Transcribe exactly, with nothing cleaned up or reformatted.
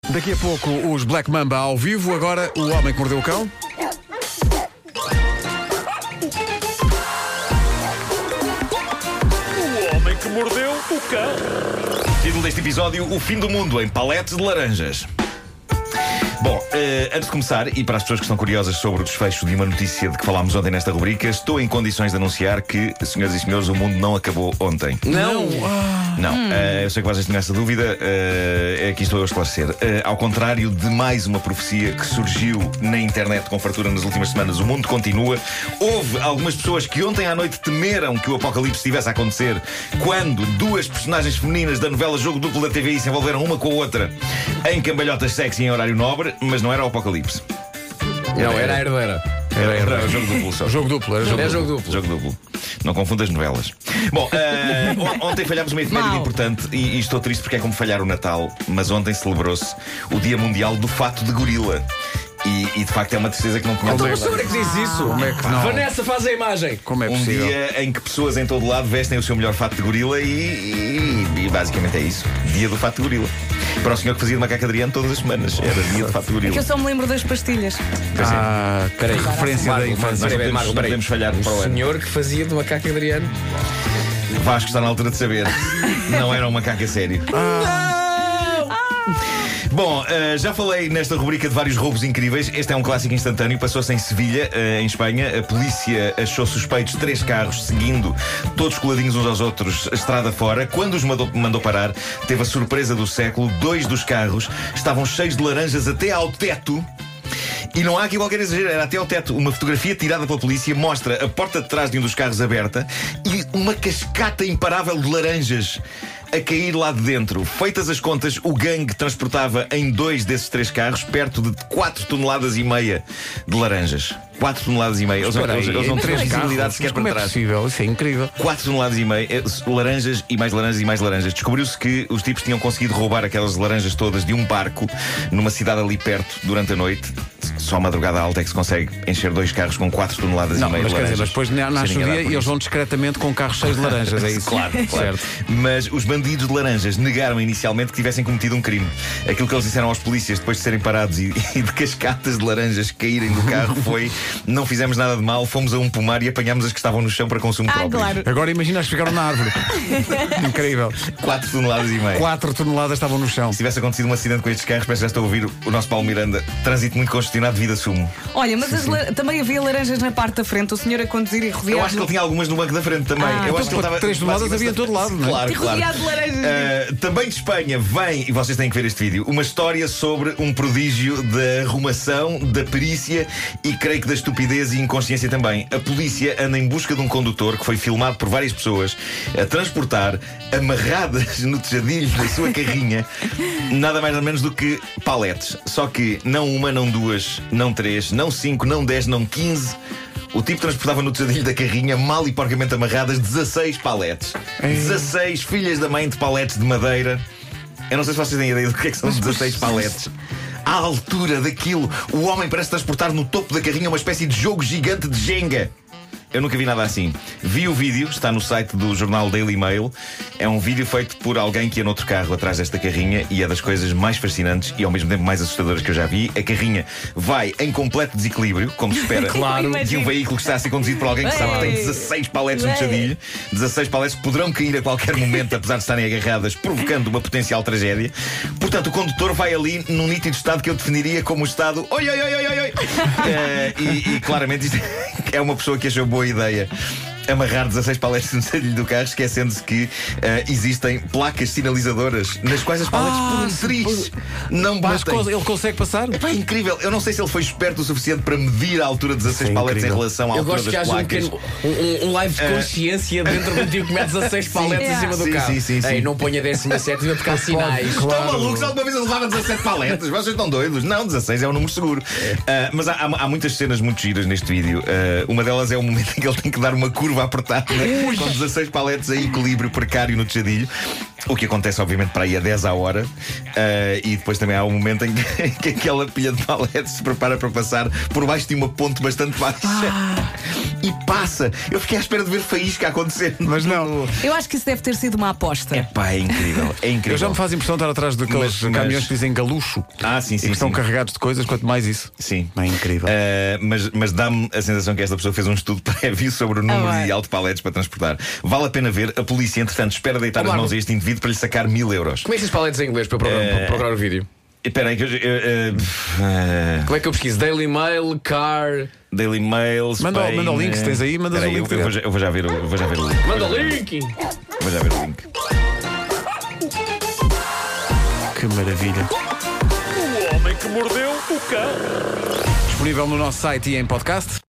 Daqui a pouco os Black Mamba ao vivo. Agora o Homem que Mordeu o Cão. O Homem que Mordeu o Cão. Título deste episódio: O fim do mundo em paletes de laranjas. Bom, uh, antes de começar, e para as pessoas que estão curiosas sobre o desfecho de uma notícia de que falámos ontem nesta rubrica, estou em condições de anunciar que, senhoras e senhores, o mundo não acabou ontem. Não! Não, hum. uh, eu sei que vocês têm essa dúvida, uh, aqui estou eu a esclarecer. Uh, ao contrário de mais uma profecia que surgiu na internet com fartura nas últimas semanas, o mundo continua. Houve algumas pessoas que ontem à noite temeram que o apocalipse estivesse a acontecer quando duas personagens femininas da novela Jogo Duplo da T V I se envolveram uma com a outra em cambalhotas sexy em horário nobre, mas não era o apocalipse. Não, era a herdeira. Era, era, era o jogo duplo só. Jogo duplo, era jogo, é duplo. jogo duplo. Jogo duplo. Não confunda as novelas. Bom, uh, ontem falhámos uma efeméride importante e, e estou triste porque é como falhar o Natal, mas ontem celebrou-se o Dia Mundial do Fato de Gorila. E, e de facto é uma tristeza que não tinha. Então, mas sobre que diz isso? Como é que não? Vanessa, faz a imagem. Como é Um possível? dia em que pessoas em todo lado vestem o seu melhor fato de gorila e, e, e basicamente é isso. Dia do Fato de Gorila. Para o senhor que fazia de macaco Adriano todas as semanas. Era dia de Fato de Gorila. Que eu só me lembro das pastilhas. Pois é. Ah, que Peraí. referência da Marco, infância. Nós não Peraí, podemos, Marco, não peraí. podemos falhar para o O ano. senhor que fazia do macaco Adriano. Vasco está na altura de saber. Não era um macaco a sério. Bom, uh, já falei nesta rubrica de vários roubos incríveis. Este é um clássico instantâneo. Passou-se em Sevilha, uh, em Espanha. A polícia achou suspeitos três carros seguindo, todos coladinhos uns aos outros, a estrada fora. Quando os mandou, mandou parar, teve a surpresa do século. Dois dos carros estavam cheios de laranjas até ao teto. E não há aqui qualquer exagero, era até ao teto. Uma fotografia tirada pela polícia mostra a porta de trás de um dos carros aberta e uma cascata imparável de laranjas a cair lá de dentro. Feitas as contas, o gangue transportava em dois desses três carros perto de quatro toneladas e meia de laranjas. quatro toneladas e meia. Eles, Espera aí, eles, eles não em têm três visibilidade carros, sequer mas como para é trás. possível? Isso é incrível. quatro toneladas e meia, eh, laranjas e mais laranjas e mais laranjas. Descobriu-se que os tipos tinham conseguido roubar aquelas laranjas todas de um barco numa cidade ali perto durante a noite. Só a madrugada alta é que se consegue encher dois carros com quatro toneladas Não, e meia mas de quer dizer, laranjas. mas depois nasce o Sem ninguém dia dar e por eles isso. vão discretamente com carros cheios de laranjas, é isso? Claro, claro. Certo. Mas os bandidos de laranjas negaram inicialmente que tivessem cometido um crime. Aquilo que eles disseram aos polícias depois de serem parados e, e de cascatas de laranjas caírem do carro foi: não fizemos nada de mal, fomos a um pomar e apanhámos as que estavam no chão para consumo Ah, próprio. claro. Agora imagina as que ficaram na árvore. Incrível. quatro toneladas e meia. quatro toneladas estavam no chão. Se tivesse acontecido um acidente com estes carros, parece que já estou a ouvir o nosso Paulo Miranda. Trânsito muito congestionado devido a sumo. Olha, mas as la- também havia laranjas na parte da frente. O senhor a conduzir e rodeado. Eu acho que ele tinha algumas no banco da frente também. Ah, eu então, acho que ele estava. três toneladas havia em todo lado, não é? Claro, E claro. rodeado de laranjas. Uh, também de Espanha vem, e vocês têm que ver este vídeo, uma história sobre um prodígio da arrumação, da perícia e creio que da estupidez e inconsciência também. A polícia anda em busca de um condutor que foi filmado por várias pessoas a transportar, amarradas no tejadilho da sua carrinha, nada mais nada menos do que paletes. Só que não uma, não duas, não três, não cinco, não dez, não quinze. O tipo transportava no tejadilho da carrinha, mal e porcamente amarradas, dezasseis paletes. dezasseis filhas da mãe de paletes de madeira. Eu não sei se vocês têm ideia do que é que são dezasseis paletes. À altura daquilo, o homem parece transportar no topo da carrinha uma espécie de jogo gigante de Jenga. Eu nunca vi nada assim. Vi o vídeo, está no site do jornal Daily Mail. É um vídeo feito por alguém que ia noutro carro atrás desta carrinha e é das coisas mais fascinantes e ao mesmo tempo mais assustadoras que eu já vi. A carrinha vai em completo desequilíbrio, como se espera, Claro. de um veículo que está a ser conduzido por alguém que sabe que tem dezasseis paletes no Ei. tejadilho. dezasseis paletes que poderão cair a qualquer momento, apesar de estarem agarradas, provocando uma potencial tragédia. Portanto, o condutor vai ali num nítido estado que eu definiria como o estado oi, oi, oi, oi, oi, oi. Eh, e, e claramente isto é uma pessoa que achou boa ideia amarrar dezasseis paletes no tejadilho do carro, esquecendo-se que eh, existem placas sinalizadoras nas quais as paletes Ah, por um triz não Mas batem. co- ele consegue passar? Epá, é incrível. Eu não sei se ele foi esperto o suficiente para medir a altura de dezasseis Sim, paletes incrível. em relação à Eu altura gosto que das haja um, placas. pequeno, um, um live de consciência dentro de um tipo que mete dezasseis paletes Sim. em cima do Sim, carro. sim, sim, sim. Ei, não ponha décima sétima porque há sinais. Estão malucos? Alguma vez eu levava dezassete paletes? Vocês estão doidos? Não, dezasseis é um número seguro. Ah, mas há, há- há muitas cenas muito giras neste vídeo. Ah, uma delas é o momento em que ele tem que dar uma curva curva apertada, com dezasseis paletes em equilíbrio precário no tejadilho. O que acontece, obviamente, para aí a dez à hora. Uh, e depois também há um momento em que, em que aquela pilha de paletes se prepara para passar por baixo de uma ponte bastante baixa. Ah. E passa. Eu fiquei à espera de ver faísca acontecer. Mas não. Eu acho que isso deve ter sido uma aposta. É pá, é incrível. É incrível. Eu já me faz impressão estar atrás daqueles Mas- caminhões mas- que dizem galucho. Ah, sim, E sim, que estão sim. carregados de coisas, quanto mais isso. Sim. É incrível. Uh, mas mas dá-me a sensação que esta pessoa fez um estudo prévio sobre o número Ah, vai. ideal de paletes para transportar. Vale a pena ver. A polícia, entretanto, espera deitar Oh, as Marco. mãos a este indivíduo para lhe sacar mil euros. Como é que diz paletes em inglês para procurar, Eh, para procurar o vídeo? Espera aí que eu. eu- uh, uh, Como é que eu pesquiso? Daily Mail, Car. Daily Mail, Manda o- Spain, manda o link, se tens aí, mandas espera o aí, link eu, eu, vou, direto. já- eu vou já ver o, eu vou já ver o link. Manda o link! Vou já ver o link. Que maravilha. O homem que mordeu o cão. Disponível no nosso site e em podcast.